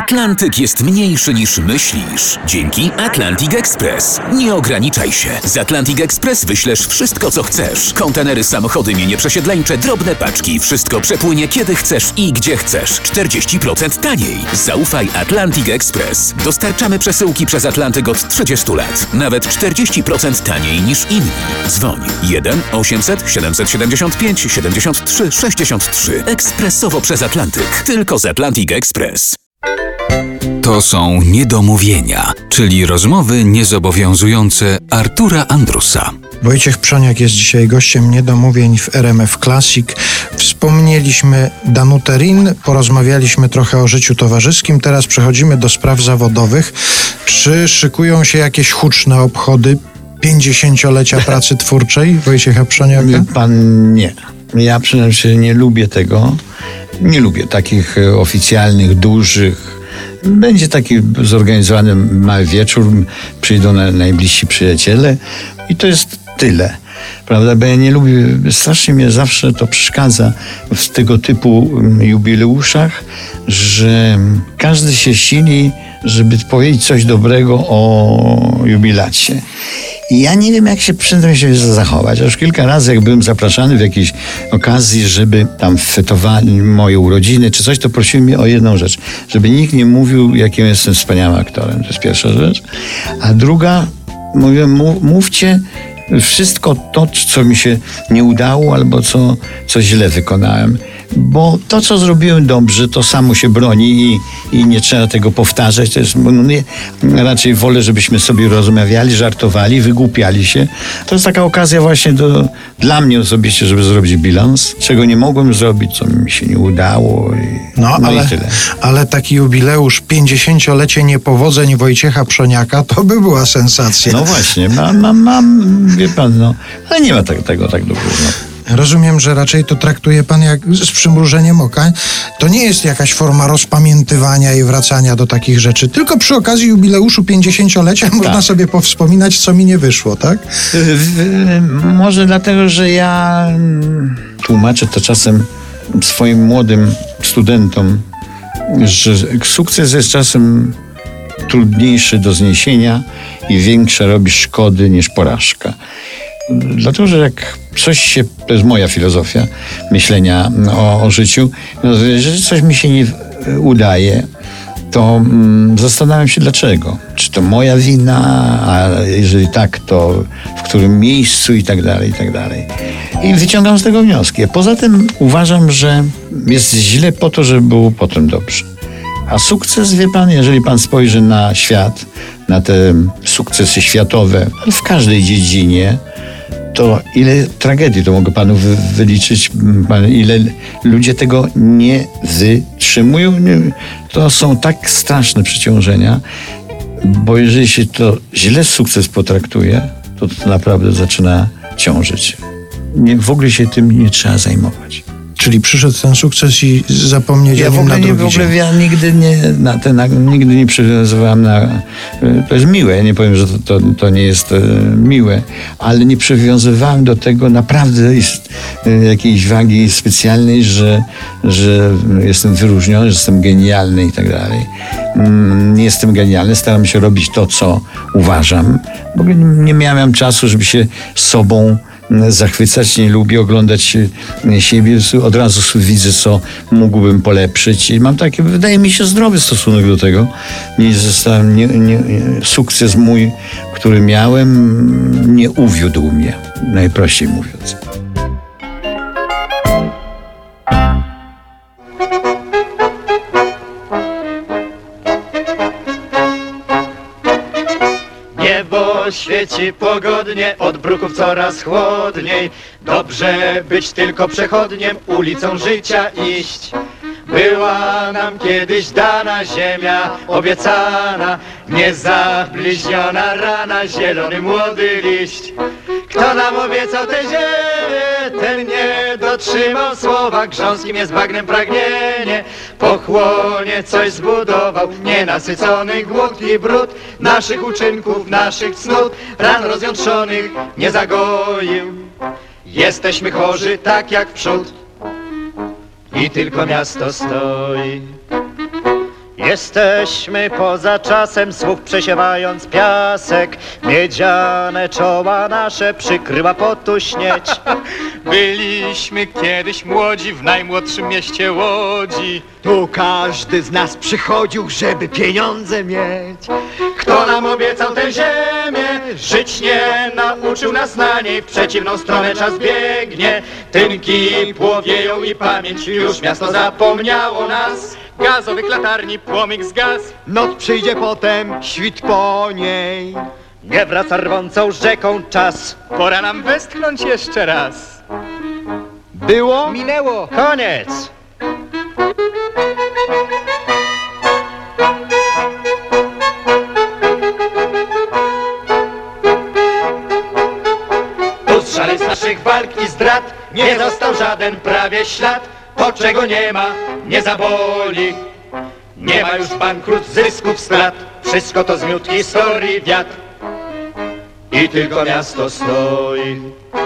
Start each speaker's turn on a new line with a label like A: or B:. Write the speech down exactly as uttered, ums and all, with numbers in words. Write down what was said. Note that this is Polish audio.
A: Atlantyk jest mniejszy niż myślisz. Dzięki Atlantic Express. Nie ograniczaj się. Z Atlantic Express wyślesz wszystko, co chcesz. Kontenery, samochody, mienie przesiedleńcze, drobne paczki. Wszystko przepłynie kiedy chcesz i gdzie chcesz. czterdzieści procent taniej. Zaufaj Atlantic Express. Dostarczamy przesyłki przez Atlantyk od trzydziestu lat. Nawet czterdzieści procent taniej niż inni. Dzwoń jeden osiemset siedemset siedemdziesiąt pięć siedemdziesiąt trzy sześćdziesiąt trzy. Ekspresowo przez Atlantyk. Tylko z Atlantic Express.
B: To są niedomówienia, czyli rozmowy niezobowiązujące Artura Andrusa.
C: Wojciech Przoniak jest dzisiaj gościem niedomówień w R M F Classic. Wspomnieliśmy Danutę Rin, porozmawialiśmy trochę o życiu towarzyskim, teraz przechodzimy do spraw zawodowych. Czy szykują się jakieś huczne obchody pięćdziesięciolecia pracy twórczej Wojciecha Przoniaka?
D: Pan nie. Ja przynajmniej nie lubię tego. Nie lubię takich oficjalnych, dużych. Będzie taki zorganizowany mały wieczór, przyjdą na najbliżsi przyjaciele i to jest tyle. Prawda? Bo ja nie lubię, strasznie mnie zawsze to przeszkadza w tego typu jubileuszach, że każdy się sili, żeby powiedzieć coś dobrego o jubilacie. I ja nie wiem, jak się przy tym się zachować. Już kilka razy, jak byłem zapraszany w jakiejś okazji, żeby tam fetowali moje urodziny czy coś, to prosiły mnie o jedną rzecz. Żeby nikt nie mówił, jakim jestem wspaniałym aktorem. To jest pierwsza rzecz. A druga, mówię, mówcie wszystko to, co mi się nie udało albo co, co źle wykonałem. Bo to, co zrobiłem dobrze, to samo się broni i, i nie trzeba tego powtarzać. To jest, no nie, raczej wolę, żebyśmy sobie rozmawiali, żartowali, wygłupiali się. To jest taka okazja właśnie do, dla mnie osobiście, żeby zrobić bilans, czego nie mogłem zrobić, co mi się nie udało. I,
C: no,
D: no
C: ale,
D: i tyle.
C: Ale taki jubileusz, pięćdziesięciolecie niepowodzeń Wojciecha Przoniaka, to by była sensacja.
D: No właśnie, mam, mam, mam wie pan, no, ale nie ma tak, tego tak dobrze. No.
C: Rozumiem, że raczej to traktuje pan jak z przymrużeniem oka. To nie jest jakaś forma rozpamiętywania i wracania do takich rzeczy, tylko przy okazji jubileuszu pięćdziesięciolecia tak. Można sobie powspominać, co mi nie wyszło, tak?
D: Może dlatego, że ja tłumaczę to czasem swoim młodym studentom, że sukces jest czasem trudniejszy do zniesienia i większe robi szkody niż porażka. Dlatego, że jak coś się, to jest moja filozofia myślenia o, o życiu, że coś mi się nie udaje, to mm, zastanawiam się dlaczego. Czy to moja wina, a jeżeli tak, to w którym miejscu i tak dalej, i tak dalej. I wyciągam z tego wnioski. Poza tym uważam, że jest źle po to, żeby było potem dobrze. A sukces, wie pan, jeżeli pan spojrzy na świat, na te sukcesy światowe, w każdej dziedzinie, to ile tragedii, to mogę panu wy, wyliczyć, pan, ile ludzie tego nie wytrzymują. To są tak straszne przeciążenia, bo jeżeli się to źle sukces potraktuje, to to naprawdę zaczyna ciążyć. Nie, w ogóle się tym nie trzeba zajmować.
C: Czyli przyszedł ten sukces i zapomnieć
D: ja
C: o nim na drugi
D: nie, w ogóle
C: dzień.
D: Ja nigdy nie, na ten, na, nigdy nie przywiązywałem na... To jest miłe, ja nie powiem, że to, to, to nie jest e, miłe, ale nie przywiązywałem do tego naprawdę jest, e, jakiejś wagi specjalnej, że, że jestem wyróżniony, że jestem genialny i tak dalej. Mm, nie jestem genialny, staram się robić to, co uważam, bo nie miałem czasu, żeby się sobą zachwycać, nie lubię oglądać siebie, od razu widzę, co mógłbym polepszyć i mam taki, wydaje mi się, zdrowy stosunek do tego. Nie zostałem, nie, nie, sukces mój, który miałem, nie uwiódł mnie, najprościej mówiąc.
E: Niebo świeci pogodnie, od bruków coraz chłodniej. Dobrze być tylko przechodniem, ulicą życia iść. Była nam kiedyś dana ziemia obiecana, niezabliźniona rana, zielony młody liść. Kto nam obiecał tę ziemię, ten nie dotrzymał słowa. Grząskim jest bagnem pragnienie, pochłonie coś zbudował. Nienasycony głód i brud naszych uczynków, naszych cnót, ran rozjątrzonych nie zagoił. Jesteśmy chorzy tak jak w przód i tylko miasto stoi. Jesteśmy poza czasem, słów przesiewając piasek. Miedziane czoła nasze przykryła potu śnieć.
F: Byliśmy kiedyś młodzi w najmłodszym mieście Łodzi.
G: Tu każdy z nas przychodził, żeby pieniądze mieć.
E: Kto nam obiecał tę ziemię, żyć nie nauczył nas na niej. W przeciwną stronę czas biegnie, tynki płowieją i pamięć już miasto zapomniało nas.
F: Gazowych latarni płomyk zgasł.
G: Noc przyjdzie potem, świt po niej.
E: Nie wraca rwącą rzeką czas.
F: Pora nam westchnąć jeszcze raz.
G: Było?
E: Minęło. Koniec. Tu z szalec naszych walk i zdrad nie został żaden prawie ślad. To, czego nie ma, nie zaboli. Nie ma już bankrut, zysków, strat. Wszystko to zmiótł historii wiatr. I tylko miasto stoi.